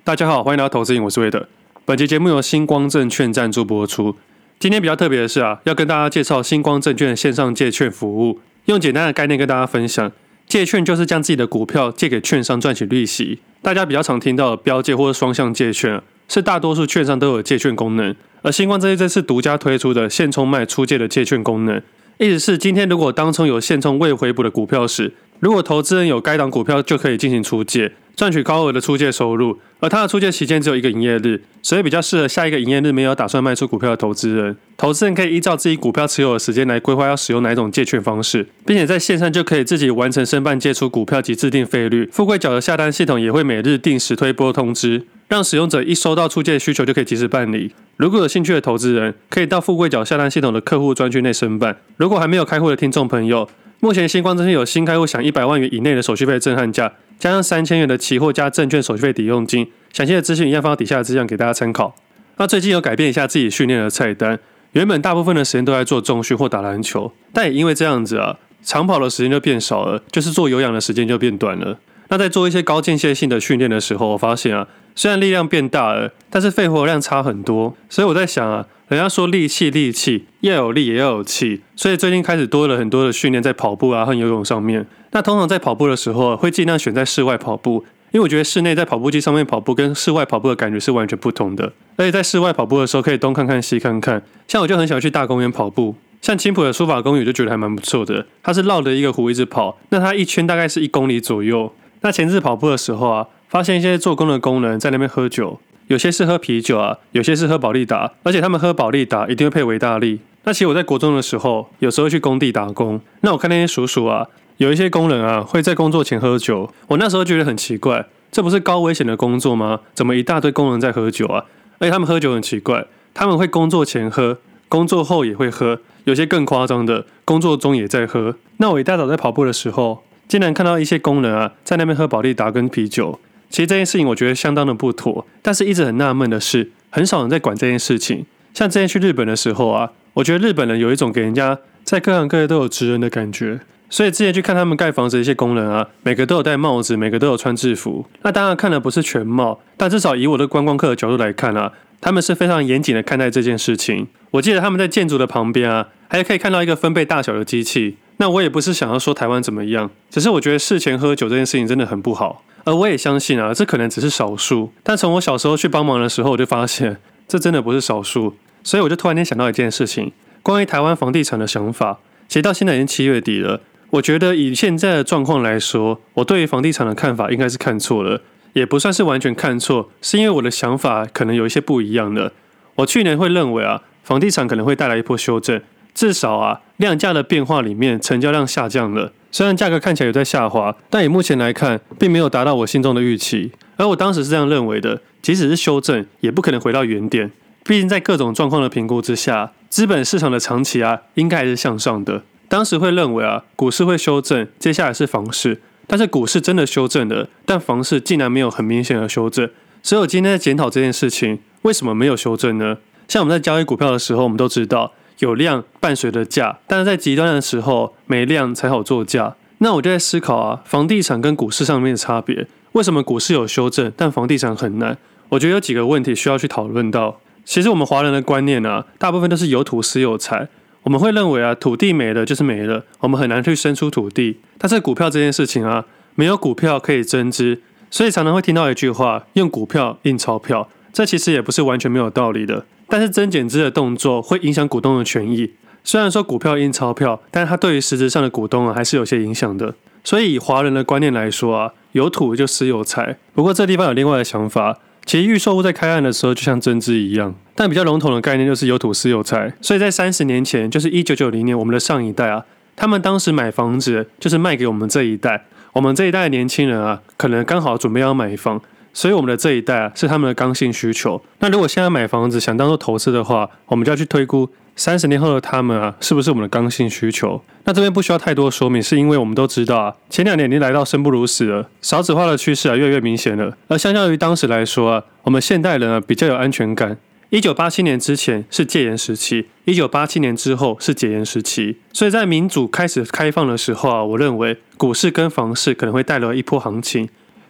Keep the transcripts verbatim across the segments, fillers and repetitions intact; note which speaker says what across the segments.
Speaker 1: 大家好，欢迎来到投资瘾，我是魏德。本期节目由星光证券赞助播出。今天比较特别的是啊，要跟大家介绍星光证券的线上借券服务。用简单的概念跟大家分享，借券就是将自己的股票借给券商赚取利息。大家比较常听到的标借或者双向借券，是大多数券商都有借券功能，而星光证券这次独家推出的现冲卖出借的借券功能，意思是今天如果当冲有现冲未回补的股票时，如果投资人有该档股票就可以进行出借，赚取高额的出借收入，而它的出借期间只有一个营业日，所以比较适合下一个营业日没有打算卖出股票的投资人。投资人可以依照自己股票持有的时间来规划要使用哪一种借券方式，并且在线上就可以自己完成申办借出股票及制定费率。富贵角的下单系统也会每日定时推播通知，让使用者一收到出借需求就可以及时办理。如果有兴趣的投资人，可以到富贵角下单系统的客户专区内申办。如果还没有开户的听众朋友，目前星光证券有新开户享一百万元以内的手续费震撼价，加上三千元的期货加证券手续费抵用金，详细的资讯一样放到底下的资料给大家参考。那最近有改变一下自己训练的菜单，原本大部分的时间都在做重训或打篮球，但也因为这样子啊，长跑的时间就变少了，就是做有氧的时间就变短了。那在做一些高间歇性的训练的时候，我发现啊，虽然力量变大了，但是肺活量差很多，所以我在想啊，人家说力气力气要有力也要有气，所以最近开始多了很多的训练在跑步啊和游泳上面。那通常在跑步的时候会尽量选在室外跑步，因为我觉得室内在跑步机上面跑步跟室外跑步的感觉是完全不同的。而且在室外跑步的时候可以东看看西看看，像我就很喜欢去大公园跑步，像青埔的书法公园就觉得还蛮不错的，它是绕着一个湖一直跑，那它一圈大概是一公里左右。那前次跑步的时候啊，发现一些做工的工人在那边喝酒，有些是喝啤酒啊，有些是喝保利达，而且他们喝保利达一定会配维大利。那其实我在国中的时候，有时候会去工地打工，那我看那些叔叔啊，有一些工人啊会在工作前喝酒，我那时候觉得很奇怪，这不是高危险的工作吗？怎么一大堆工人在喝酒啊？而且他们喝酒很奇怪，他们会工作前喝，工作后也会喝，有些更夸张的，工作中也在喝。那我一大早在跑步的时候，竟然看到一些工人啊在那边喝保利达跟啤酒。其实这件事情我觉得相当的不妥，但是一直很纳闷的是，很少人在管这件事情。像之前去日本的时候啊，我觉得日本人有一种给人家在各行各业都有职人的感觉，所以之前去看他们盖房子的一些工人啊，每个都有戴帽子，每个都有穿制服。那当然看的不是全貌，但至少以我的观光客的角度来看啊，他们是非常严谨的看待这件事情。我记得他们在建筑的旁边啊，还可以看到一个分贝大小的机器。那我也不是想要说台湾怎么样，只是我觉得事前喝酒这件事情真的很不好。而我也相信啊，这可能只是少数，但从我小时候去帮忙的时候，我就发现这真的不是少数。所以我就突然间想到一件事情，关于台湾房地产的想法。其实到现在已经七月底了，我觉得以现在的状况来说，我对于房地产的看法应该是看错了，也不算是完全看错，是因为我的想法可能有一些不一样的。我去年会认为啊，房地产可能会带来一波修正，至少啊，量价的变化里面，成交量下降了。虽然价格看起来有在下滑，但以目前来看，并没有达到我心中的预期。而我当时是这样认为的，即使是修正，也不可能回到原点。毕竟在各种状况的评估之下，资本市场的长期啊，应该还是向上的。当时会认为啊，股市会修正，接下来是房市。但是股市真的修正了，但房市竟然没有很明显的修正。所以我今天在检讨这件事情，为什么没有修正呢？像我们在交易股票的时候，我们都知道，有量伴随着价，但是在极端的时候没量才好做价。那我就在思考啊，房地产跟股市上面的差别，为什么股市有修正，但房地产很难？我觉得有几个问题需要去讨论到。其实我们华人的观念啊，大部分都是有土斯有财，我们会认为啊，土地没了就是没了，我们很难去生出土地。但是股票这件事情啊，没有股票可以增资，所以常常会听到一句话，用股票印钞票，这其实也不是完全没有道理的。但是增减资的动作会影响股东的权益，虽然说股票印钞票，但是它对于实质上的股东啊还是有些影响的。所以以华人的观念来说啊，有土就私有财。不过这地方有另外的想法，其实预售屋在开案的时候就像增资一样，但比较笼统的概念就是有土私有财。所以在三十年前，就是一九九零年，我们的上一代啊，他们当时买房子就是卖给我们这一代，我们这一代的年轻人啊，可能刚好准备要买房。所以我们的这一代啊，是他们的刚性需求。那如果现在买房子想当做投资的话，我们就要去推估三十年后的他们啊，是不是我们的刚性需求？那这边不需要太多说明，是因为我们都知道啊，前两年已经来到生不如死了，少子化的趋势啊越来越明显了。而相较于当时来说啊，我们现代人啊比较有安全感。一九八七年之前是戒严时期，一九八七年之后是解严时期。所以在民主开始开放的时候啊，我认为股市跟房市可能会带来一波行情。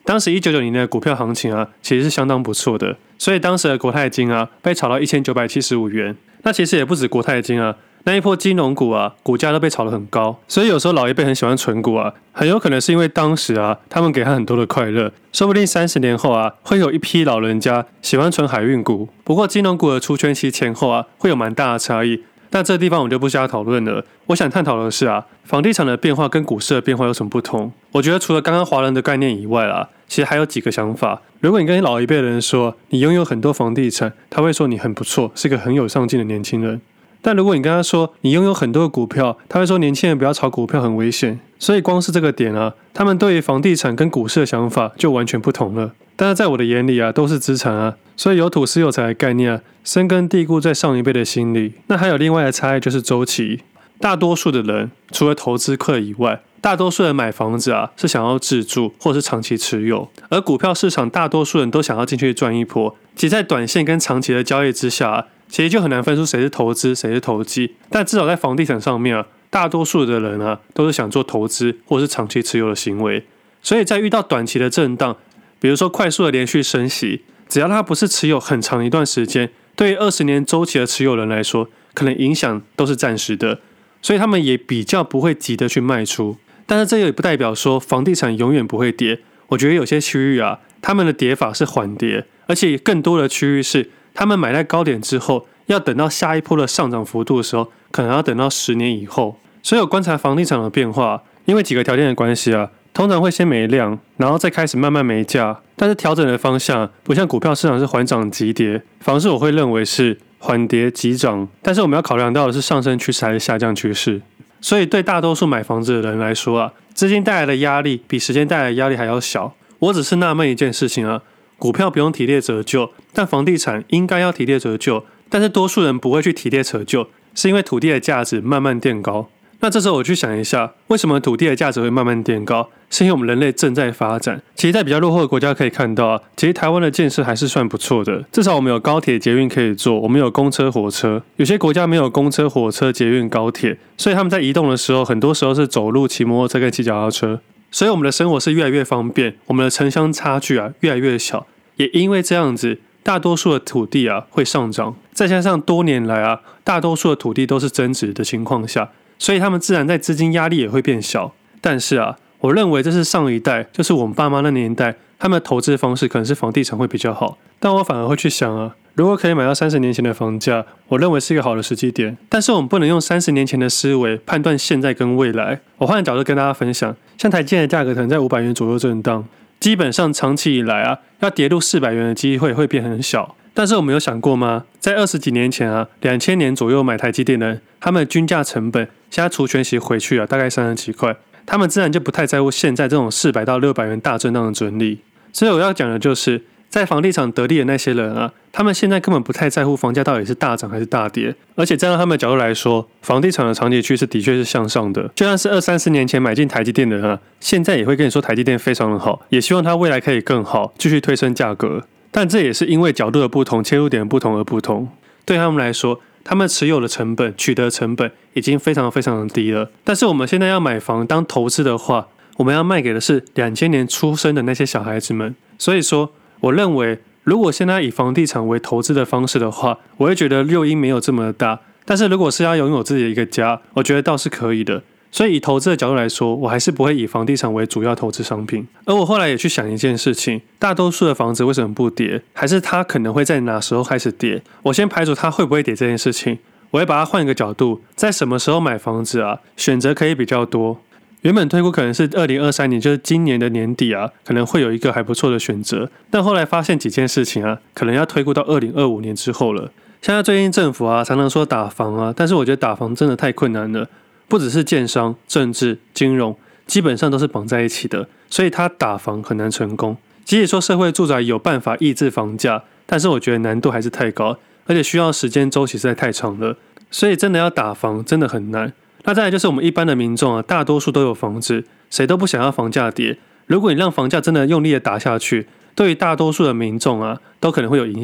Speaker 1: 当时一九九零年的股票行情啊，其实是相当不错的，所以当时的国泰金啊被炒到一千九百七十五元。那其实也不止国泰金啊，那一波金融股啊，股价都被炒得很高。所以有时候老一辈很喜欢存股啊，很有可能是因为当时啊，他们给他很多的快乐，说不定三十年后啊，会有一批老人家喜欢存海运股。不过金融股的出圈期前后啊，会有蛮大的差异。那这个地方我们就不瞎讨论了。我想探讨的是啊，房地产的变化跟股市的变化有什么不同？我觉得除了刚刚华人的概念以外啦，其实还有几个想法。如果你跟老一辈的人说你拥有很多房地产，他会说你很不错，是个很有上进的年轻人。但如果你跟他说你拥有很多的股票，他会说年轻人不要炒股票，很危险。所以光是这个点啊，他们对于房地产跟股市的想法就完全不同了。但是在我的眼里啊，都是资产啊，所以有土斯有财的概念啊，深根蒂固在上一辈的心里。那还有另外的差异就是周期。大多数的人除了投资客以外，大多数人买房子啊是想要自住或是长期持有，而股票市场大多数人都想要进去赚一波。其实在短线跟长期的交易之下啊，其实就很难分出谁是投资谁是投机。但至少在房地产上面啊，大多数的人啊都是想做投资或是长期持有的行为。所以在遇到短期的震荡，比如说快速的连续升息，只要它不是持有很长一段时间，对于二十年周期的持有人来说，可能影响都是暂时的，所以他们也比较不会急着去卖出。但是这也不代表说房地产永远不会跌。我觉得有些区域啊，他们的跌法是缓跌，而且更多的区域是他们买在高点之后，要等到下一波的上涨幅度的时候，可能要等到十年以后。所以我观察房地产的变化，因为几个条件的关系啊，通常会先没量，然后再开始慢慢没价。但是调整的方向不像股票市场是缓涨急跌，房市我会认为是缓跌急涨。但是我们要考量到的是上升趋势还是下降趋势。所以对大多数买房子的人来说啊，资金带来的压力比时间带来的压力还要小。我只是纳闷一件事情啊，股票不用提列折旧，但房地产应该要提列折旧，但是多数人不会去提列折旧，是因为土地的价值慢慢垫高。那这时候我去想一下，为什么土地的价值会慢慢垫高？是因为我们人类正在发展。其实在比较落后的国家可以看到啊，其实台湾的建设还是算不错的，至少我们有高铁捷运可以坐，我们有公车火车。有些国家没有公车火车捷运高铁，所以他们在移动的时候，很多时候是走路骑摩托车跟骑脚踏车。所以我们的生活是越来越方便，我们的城乡差距啊越来越小。也因为这样子，大多数的土地啊会上涨，再加上多年来啊大多数的土地都是增值的情况下，所以他们自然在资金压力也会变小。但是啊，我认为这是上一代，就是我们爸妈那年代，他们的投资方式可能是房地产会比较好。但我反而会去想啊，如果可以买到三十年前的房价，我认为是一个好的时机点。但是我们不能用三十年前的思维判断现在跟未来。我换个角度跟大家分享，像台积电的价格可能在五百元左右震荡，基本上长期以来啊，要跌入四百元的机会会变很小。但是我们有想过吗？在二十几年前啊，两千年左右买台积电的人，他们的均价成本现在除权息回去啊，大概三十几块，他们自然就不太在乎现在这种四百到六百元大震荡的整理。所以我要讲的就是，在房地产得利的那些人啊，他们现在根本不太在乎房价到底是大涨还是大跌，而且站在他们的角度来说，房地产的长期趋势的确是向上的。就算是二三十年前买进台积电的人啊，现在也会跟你说台积电非常的好，也希望它未来可以更好，继续推升价格。但这也是因为角度的不同，切入点的不同而不同。对他们来说，他们持有的成本、取得成本已经非常非常的低了。但是我们现在要买房当投资的话，我们要卖给的是两千年出生的那些小孩子们。所以说，我认为如果现在以房地产为投资的方式的话，我会觉得诱因没有这么大。但是如果是要拥有自己的一个家，我觉得倒是可以的。所以以投资的角度来说，我还是不会以房地产为主要投资商品。而我后来也去想一件事情，大多数的房子为什么不跌，还是它可能会在哪时候开始跌。我先排除它会不会跌这件事情，我会把它换一个角度，在什么时候买房子啊，选择可以比较多。原本推估可能是二零二三年，就是今年的年底啊，可能会有一个还不错的选择，但后来发现几件事情啊，可能要推估到二零二五年之后了。现在最近政府啊常常说打房啊，但是我觉得打房真的太困难了，不只是建商、政治、金融，基本上都是绑在一起的，所以他打房很难成功。即使说社会住宅有办法抑制房价，但是我觉得难度还是太高，而且需要时间周期实在太长了，所以真的要打房真的很难。那再来就是我们一般的民众啊，大多数都有房子，谁都不想要房价跌。如果你让房价真的用力的打下去，对于大多数的民众啊，都可能会有影响。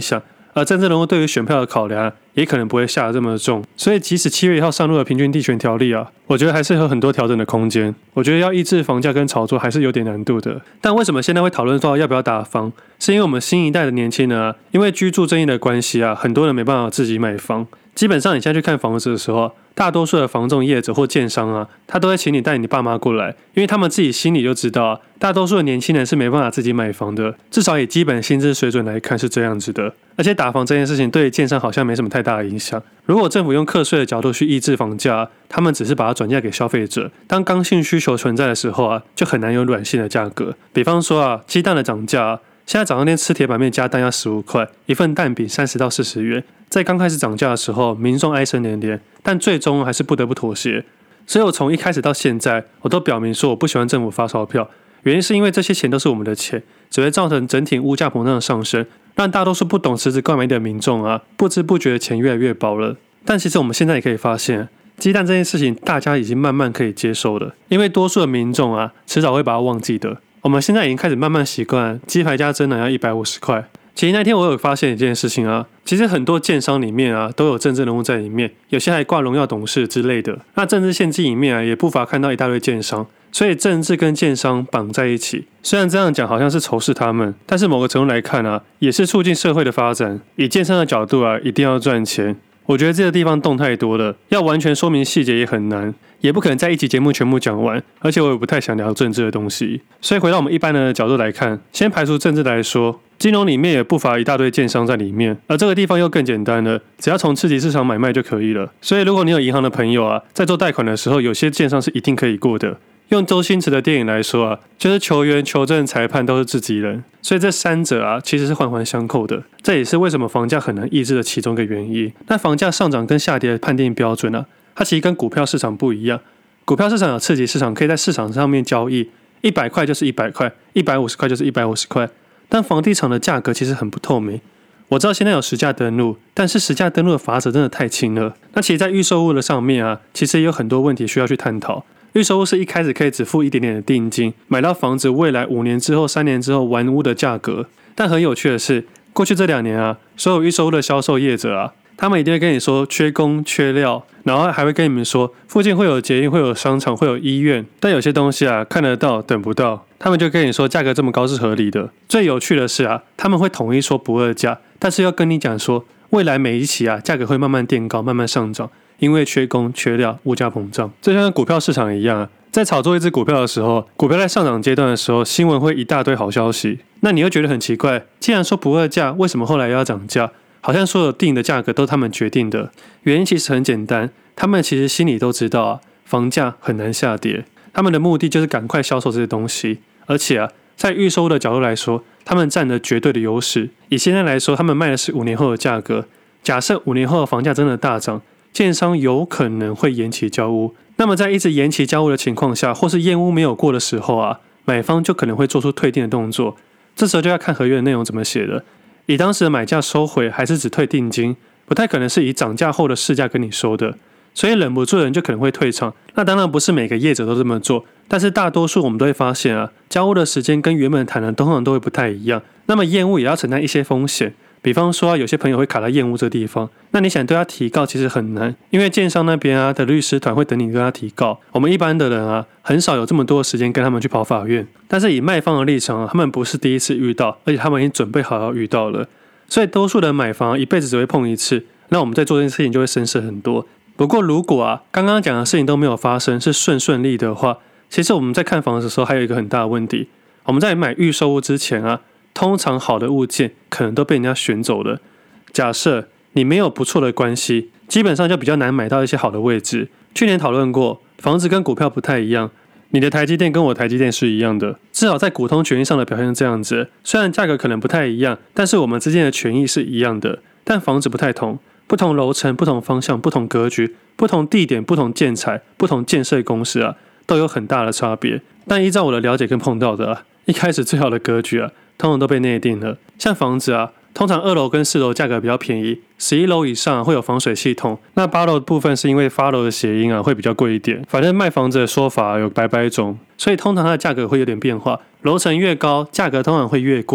Speaker 1: 而政治人物对于选票的考量也可能不会下得这么重，所以即使七月一号上路的平均地权条例啊，我觉得还是有很多调整的空间。我觉得要抑制房价跟炒作还是有点难度的。但为什么现在会讨论到要不要打房，是因为我们新一代的年轻人啊，因为居住正义的关系啊，很多人没办法自己买房。基本上你现在去看房子的时候，大多数的房仲业者或建商啊，他都会请你带你爸妈过来，因为他们自己心里就知道啊，大多数的年轻人是没办法自己买房的，至少以基本薪资水准来看是这样子的。而且打房这件事情对建商好像没什么太大的影响。如果政府用课税的角度去抑制房价，他们只是把它转嫁给消费者。当刚性需求存在的时候啊，就很难有软性的价格。比方说啊，鸡蛋的涨价啊，现在早餐店吃铁板面加蛋要十五块，一份蛋饼三十到四十元。在刚开始涨价的时候，民众哀声连连，但最终还是不得不妥协。所以我从一开始到现在，我都表明说我不喜欢政府发钞票，原因是因为这些钱都是我们的钱，只会造成整体物价膨胀的上升，让大多数不懂实质购买力的民众啊，不知不觉的钱越来越薄了。但其实我们现在也可以发现，鸡蛋这件事情大家已经慢慢可以接受了，因为多数的民众啊，迟早会把它忘记的。我们现在已经开始慢慢习惯鸡排加蒸奶要一百五十块。其实那天我有发现一件事情啊，其实很多建商里面啊都有政治人物在里面，有些还挂荣耀董事之类的。那政治献金里面啊也不乏看到一大堆建商，所以政治跟建商绑在一起。虽然这样讲好像是仇视他们，但是某个程度来看啊，也是促进社会的发展。以建商的角度啊，一定要赚钱。我觉得这个地方动太多了，要完全说明细节也很难，也不可能在一集节目全部讲完，而且我也不太想聊政治的东西。所以回到我们一般人的角度来看，先排除政治来说，金融里面也不乏一大堆建商在里面，而这个地方又更简单了，只要从次级市场买卖就可以了。所以如果你有银行的朋友啊，在做贷款的时候，有些建商是一定可以过的。用周星驰的电影来说啊，就是球员、球证、裁判都是自己人，所以这三者啊其实是环环相扣的。这也是为什么房价很难抑制的其中一个原因。那房价上涨跟下跌的判定标准啊，它其实跟股票市场不一样。股票市场有次级市场，可以在市场上面交易，一百块就是一百块，一百五十块就是一百五十块。但房地产的价格其实很不透明。我知道现在有实价登录，但是实价登录的罚则真的太轻了。那其实在预售屋的上面啊，其实也有很多问题需要去探讨。预售屋是一开始可以只付一点点的定金，买到房子未来五年之后、三年之后完屋的价格。但很有趣的是，过去这两年啊，所有预售屋的销售业者啊，他们一定会跟你说缺工、缺料，然后还会跟你们说附近会有捷运、会有商场、会有医院。但有些东西啊，看得到等不到，他们就跟你说价格这么高是合理的。最有趣的是啊，他们会统一说不二价，但是要跟你讲说未来每一期啊，价格会慢慢垫高、慢慢上涨。因为缺工、缺料、物价膨胀，就像股票市场一样啊，在炒作一只股票的时候，股票在上涨阶段的时候，新闻会一大堆好消息，那你又觉得很奇怪，既然说不二价，为什么后来要涨价？好像所有定的价格都是他们决定的。原因其实很简单，他们其实心里都知道啊，房价很难下跌，他们的目的就是赶快销售这些东西，而且啊，在预售的角度来说，他们占了绝对的优势。以现在来说，他们卖的是五年后的价格，假设五年后的房价真的大涨，建商有可能会延期交屋，那么在一直延期交屋的情况下，或是验屋没有过的时候啊，买方就可能会做出退订的动作。这时候就要看合约的内容怎么写了。以当时的买价收回，还是只退定金，不太可能是以涨价后的市价跟你说的，所以忍不住的人就可能会退场。那当然不是每个业者都这么做，但是大多数我们都会发现啊，交屋的时间跟原本谈的通常都会不太一样，那么验屋也要承担一些风险。比方说、啊、有些朋友会卡在验屋这个地方，那你想对他提告其实很难，因为建商那边啊的律师团会等你跟他提告，我们一般的人啊很少有这么多的时间跟他们去跑法院。但是以卖方的立场、啊、他们不是第一次遇到，而且他们已经准备好要遇到了，所以多数的买房、啊、一辈子只会碰一次，那我们在做这件事情就会省事很多。不过如果啊刚刚讲的事情都没有发生，是顺顺利的话，其实我们在看房子的时候还有一个很大的问题，我们在买预售屋之前啊，通常好的物件可能都被人家选走了。假设你没有不错的关系，基本上就比较难买到一些好的位置。去年讨论过，房子跟股票不太一样，你的台积电跟我台积电是一样的，至少在股东权益上的表现是这样子。虽然价格可能不太一样，但是我们之间的权益是一样的。但房子不太同，不同楼层、不同方向、不同格局、不同地点、不同建材、不同建设公司啊，都有很大的差别。但依照我的了解跟碰到的啊，一开始最好的格局啊，通常都被内定了。像房子啊，通常二楼跟四楼价格比较便宜，十一楼以上会有防水系统，那八楼的部分是因为发楼的谐音啊会比较贵一点。反正卖房子的说法有百百种，所以通常它的价格会有点变化，楼层越高价格通常会越贵。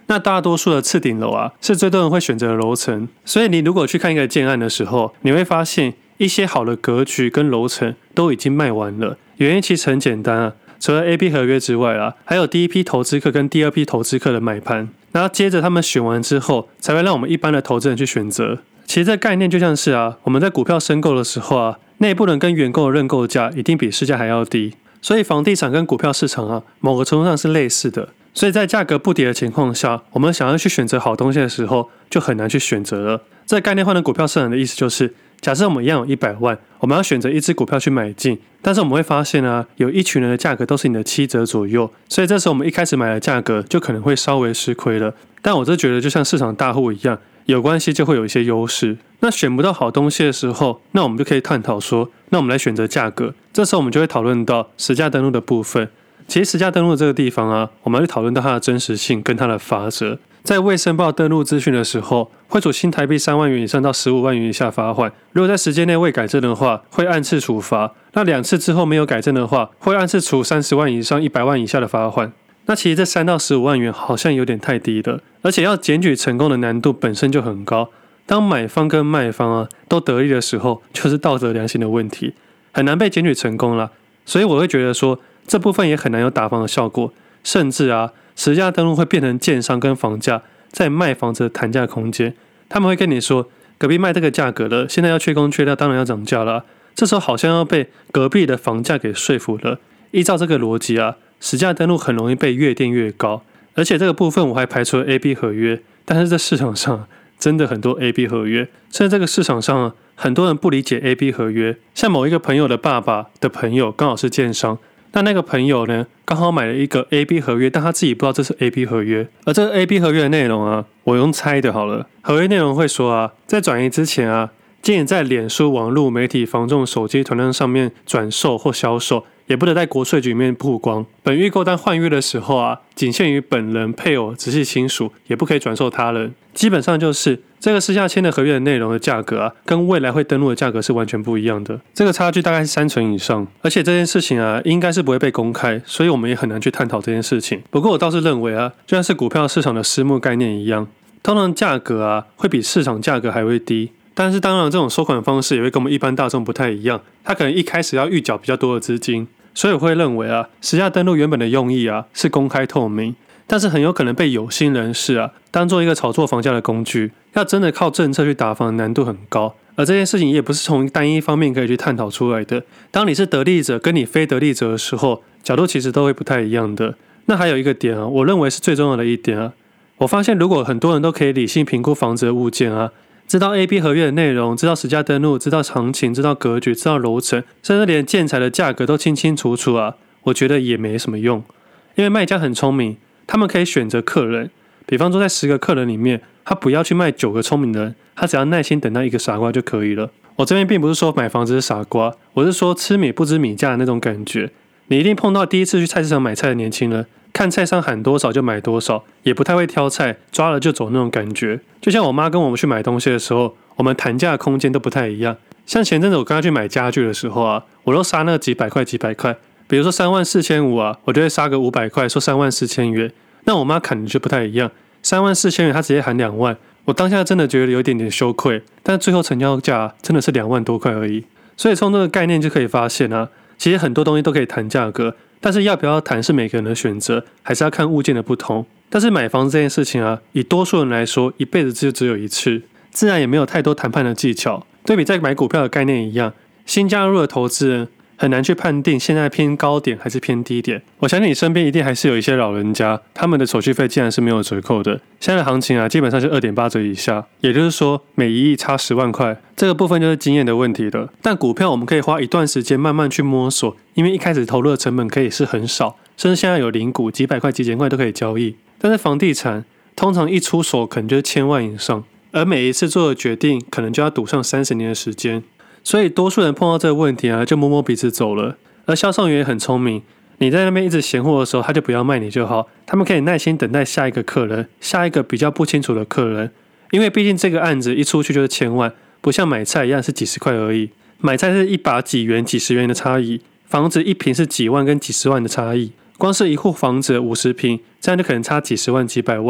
Speaker 1: 那大多数的次顶楼啊，是最多人会选择的楼层。所以你如果去看一个建案的时候，你会发现一些好的格局跟楼层都已经卖完了。原因其实很简单啊，除了 A B 合约之外啦，还有第一批投资客跟第二批投资客的买盘，然后接着他们选完之后，才会让我们一般的投资人去选择。其实这概念就像是啊，我们在股票申购的时候啊，内部人跟原购的认购价一定比市价还要低。所以房地产跟股票市场啊，某个程度上是类似的。所以在价格不跌的情况下，我们想要去选择好东西的时候，就很难去选择了。这个概念换成股票市场的意思就是，假设我们一样有一百万，我们要选择一只股票去买进，但是我们会发现啊，有一群人的价格都是你的七折左右，所以这时候我们一开始买的价格就可能会稍微吃亏了。但我就觉得就像市场大户一样，有关系就会有一些优势。那选不到好东西的时候，那我们就可以探讨说，那我们来选择价格。这时候我们就会讨论到实价登录的部分。其实实价登录这个地方啊，我们要去讨论到它的真实性跟它的法则。在未申报登录资讯的时候，会处新台币三万元以上到十五万元以下罚款。如果在时间内未改正的话，会按次处罚。那两次之后没有改正的话，会按次处三十万以上一百万以下的罚款。那其实这三到十五万元好像有点太低了，而且要检举成功的难度本身就很高。当买方跟卖方啊都得利的时候，就是道德良心的问题，很难被检举成功啦。所以我会觉得说，这部分也很难有打房的效果，甚至啊，实价登录会变成建商跟房价在卖房子的谈价空间。他们会跟你说，隔壁卖这个价格了，现在要缺工缺料，当然要涨价了啊。这时候好像要被隔壁的房价给说服了。依照这个逻辑啊，实价登录很容易被越垫越高。而且这个部分我还排除了 A B 合约，但是在市场上真的很多 A B 合约，甚至这个市场上啊，很多人不理解 A B 合约。像某一个朋友的爸爸的朋友刚好是建商，那那个朋友呢，刚好买了一个 A B 合约，但他自己不知道这是 A B 合约。而这个 A B 合约的内容啊，我用猜的好了。合约内容会说啊，在转移之前啊，禁止在脸书、网络媒体、房仲、手机团队上面转售或销售，也不得在国税局里面曝光。本预购单换约的时候啊，仅限于本人、配偶、直系亲属，也不可以转售他人。基本上就是这个私下签的合约的内容的价格啊，跟未来会登录的价格是完全不一样的。这个差距大概是三成以上，而且这件事情啊，应该是不会被公开，所以我们也很难去探讨这件事情。不过我倒是认为啊，就像是股票市场的私募概念一样，通常价格啊会比市场价格还会低。但是当然，这种收款方式也会跟我们一般大众不太一样，他可能一开始要预缴比较多的资金，所以我会认为啊，实价登录原本的用意啊是公开透明，但是很有可能被有心人士啊当做一个炒作房价的工具，要真的靠政策去打房难度很高，而这件事情也不是从单一方面可以去探讨出来的。当你是得利者跟你非得利者的时候，角度其实都会不太一样的。那还有一个点啊，我认为是最重要的一点啊，我发现如果很多人都可以理性评估房子的物件啊，知道 A B 合约的内容，知道实价登录，知道行情，知道格局，知道楼层，甚至连建材的价格都清清楚楚啊，我觉得也没什么用。因为卖家很聪明，他们可以选择客人，比方说在十个客人里面，他不要去卖九个聪明的人，他只要耐心等到一个傻瓜就可以了。我这边并不是说买房子是傻瓜，我是说吃米不知米价的那种感觉。你一定碰到第一次去菜市场买菜的年轻人，看菜商喊多少就买多少，也不太会挑菜，抓了就走那种感觉。就像我妈跟我们去买东西的时候，我们谈价的空间都不太一样。像前阵子我跟她去买家具的时候啊，我都杀那几百块几百块，比如说三万四千五啊，我就会杀个五百块，说三万四千元。那我妈砍的就不太一样，三万四千元她直接喊两万，我当下真的觉得有一点点羞愧，但最后成交价真的是两万多块而已。所以从这个概念就可以发现啊，其实很多东西都可以谈价格，但是要不要谈是每个人的选择，还是要看物件的不同。但是买房子这件事情啊，以多数人来说，一辈子就只有一次，自然也没有太多谈判的技巧。对比在买股票的概念一样，新加入的投资人很难去判定现在偏高点还是偏低点。我相信你身边一定还是有一些老人家，他们的手续费竟然是没有折扣的。现在的行情啊，基本上是 二点八 折以下，也就是说每一亿差十万块，这个部分就是经验的问题了。但股票我们可以花一段时间慢慢去摸索，因为一开始投入的成本可以是很少，甚至现在有零股几百块几千块都可以交易。但是房地产通常一出手可能就是千万以上，而每一次做的决定可能就要赌上三十年的时间。所以多数人碰到这个问题啊，就摸摸鼻子走了。而销售员也很聪明，你在那边一直闲货的时候，他就不要卖你就好，他们可以耐心等待下一个客人，下一个比较不清楚的客人。因为毕竟这个案子一出去就是千万，不像买菜一样是几十块而已。买菜是一把几元几十元的差异，房子一坪是几万跟几十万的差异。光是一户房子五十坪，这样就可能差几十万几百万。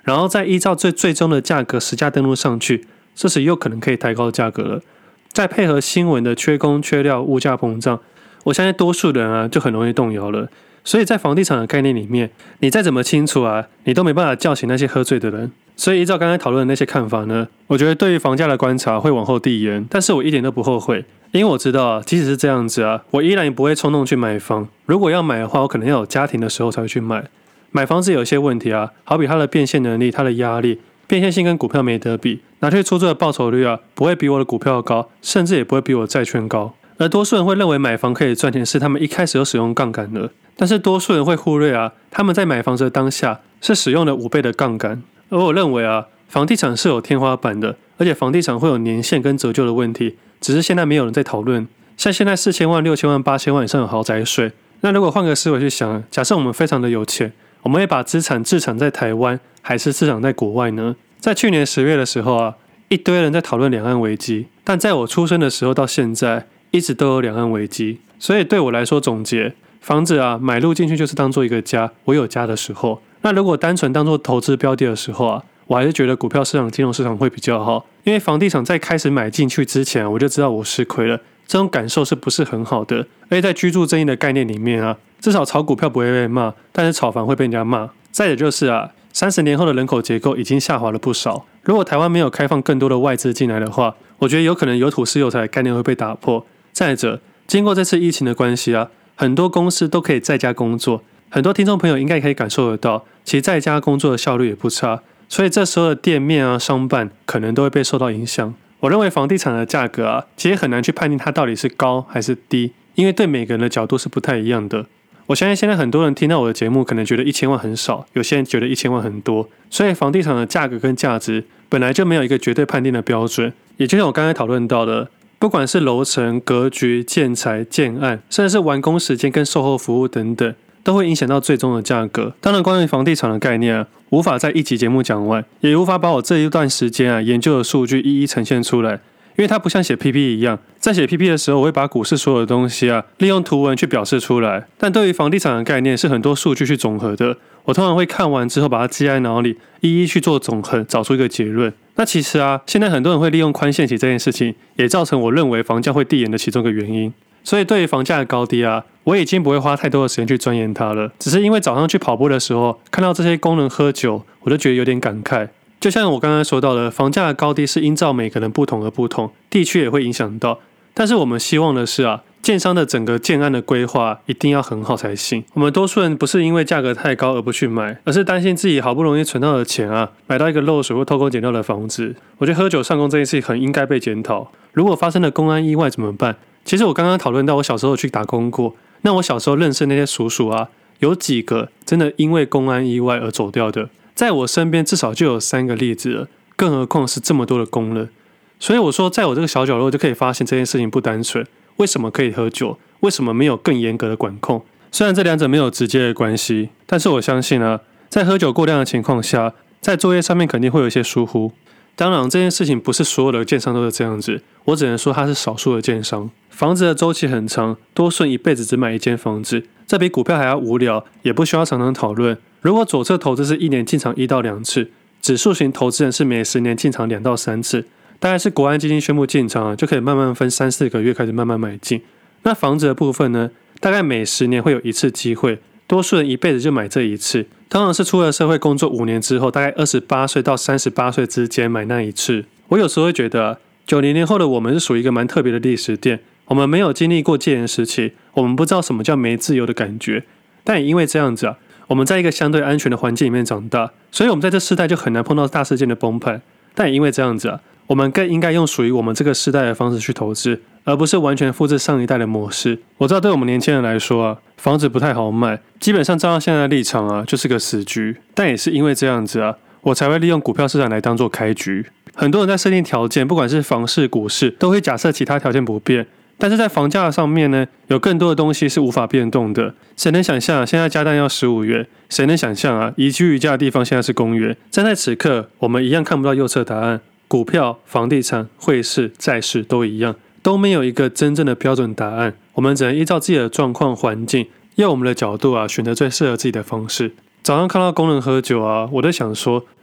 Speaker 1: 然后再依照最最终的价格实价登录上去，这时又可能可以抬高价格了。再配合新闻的缺工缺料、物价膨胀，我相信多数人啊就很容易动摇了。所以在房地产的概念里面，你再怎么清楚啊，你都没办法叫醒那些喝醉的人。所以依照刚才讨论的那些看法呢，我觉得对于房价的观察会往后递延，但是我一点都不后悔，因为我知道啊，即使是这样子啊，我依然也不会冲动去买房。如果要买的话，我可能要有家庭的时候才会去买。买房子有一些问题啊，好比它的变现能力、它的压力，变现性跟股票没得比，拿去出租的报酬率啊，不会比我的股票高，甚至也不会比我的债券高。而多数人会认为买房可以赚钱，是他们一开始就使用杠杆了。但是多数人会忽略啊，他们在买房子的当下是使用了五倍的杠杆。而我认为啊，房地产是有天花板的，而且房地产会有年限跟折旧的问题，只是现在没有人在讨论。像现在四千万、六千万、八千万以上有豪宅税，那如果换个思维去想，假设我们非常的有钱，我们会把资产置产在台湾，还是置产在国外呢？在去年十月的时候啊，一堆人在讨论两岸危机，但在我出生的时候到现在，一直都有两岸危机。所以对我来说，总结房子啊，买入进去就是当做一个家，我有家的时候。那如果单纯当做投资标的的时候啊，我还是觉得股票市场、金融市场会比较好，因为房地产在开始买进去之前，我就知道我吃亏了，这种感受是不是很好的？而且在居住正义的概念里面啊，至少炒股票不会被骂，但是炒房会被人家骂。再者就是啊，三十年后的人口结构已经下滑了不少，如果台湾没有开放更多的外资进来的话，我觉得有可能有土斯有财的概念会被打破。再者，经过这次疫情的关系啊，很多公司都可以在家工作，很多听众朋友应该可以感受得到，其实在家工作的效率也不差，所以这时候的店面啊、商办可能都会被受到影响。我认为房地产的价格啊，其实很难去判定它到底是高还是低，因为对每个人的角度是不太一样的。我相信现在很多人听到我的节目，可能觉得一千万很少，有些人觉得一千万很多，所以房地产的价格跟价值本来就没有一个绝对判定的标准。也就像我刚才讨论到的，不管是楼层、格局、建材、建案，甚至是完工时间跟售后服务等等，都会影响到最终的价格。当然，关于房地产的概念啊，无法在一集节目讲完，也无法把我这一段时间啊研究的数据一一呈现出来，因为它不像写 P P T 一样，在写 P P T 的时候，我会把股市所有的东西啊利用图文去表示出来。但对于房地产的概念，是很多数据去总和的，我通常会看完之后把它记在脑里，一一去做总和，找出一个结论。那其实啊，现在很多人会利用宽限期这件事情，也造成我认为房价会递延的其中一个原因。所以对于房价的高低啊，我已经不会花太多的时间去钻研它了，只是因为早上去跑步的时候看到这些工人喝酒，我就觉得有点感慨。就像我刚刚说到的，房价的高低是依照每个人不同而不同，地区也会影响到。但是我们希望的是啊，建商的整个建案的规划一定要很好才行。我们多数人不是因为价格太高而不去买，而是担心自己好不容易存到的钱啊，买到一个漏水或偷工减料的房子。我觉得喝酒上工这件事情很应该被检讨。如果发生了公安意外怎么办？其实我刚刚讨论到我小时候去打工过，那我小时候认识那些叔叔啊，有几个真的因为公安意外而走掉的，在我身边至少就有三个例子了，更何况是这么多的工人。所以我说，在我这个小角落就可以发现这件事情不单纯。为什么可以喝酒？为什么没有更严格的管控？虽然这两者没有直接的关系，但是我相信啊，在喝酒过量的情况下，在作业上面肯定会有一些疏忽。当然，这件事情不是所有的建商都是这样子，我只能说它是少数的建商。房子的周期很长，多数人一辈子只买一间房子，这比股票还要无聊，也不需要常常讨论。如果左侧投资是一年进场一到两次，指数型投资人是每十年进场两到三次，大概是国安基金宣布进场啊，就可以慢慢分三四个月开始慢慢买进。那房子的部分呢，大概每十年会有一次机会，多数人一辈子就买这一次，通常是出了社会工作五年之后，大概二十八岁到三十八岁之间买那一次。我有时候会觉得啊，九零年后的我们是属于一个蛮特别的历史点，我们没有经历过戒严时期，我们不知道什么叫没自由的感觉，但也因为这样子啊，我们在一个相对安全的环境里面长大，所以我们在这世代就很难碰到大事件的崩盘。但也因为这样子啊，我们更应该用属于我们这个世代的方式去投资，而不是完全复制上一代的模式。我知道对我们年轻人来说啊，房子不太好买，基本上照到现在的立场啊，就是个死局。但也是因为这样子啊，我才会利用股票市场来当做开局。很多人在设定条件，不管是房市、股市，都会假设其他条件不变。但是在房价上面呢，有更多的东西是无法变动的。谁能想象现在加蛋要十五元？谁能想象啊，宜居宜家的地方现在是公园？站在此刻，我们一样看不到右侧答案。股票、房地产、汇市、债市都一样，都没有一个真正的标准答案。我们只能依照自己的状况、环境，用我们的角度啊，选择最适合自己的方式。早上看到工人喝酒啊，我在想说，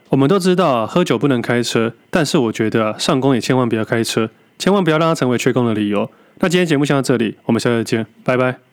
Speaker 1: 我们都知道啊，喝酒不能开车，但是我觉得啊，上工也千万不要开车，千万不要让它成为缺工的理由。那今天节目先到这里，我们下次见，拜拜。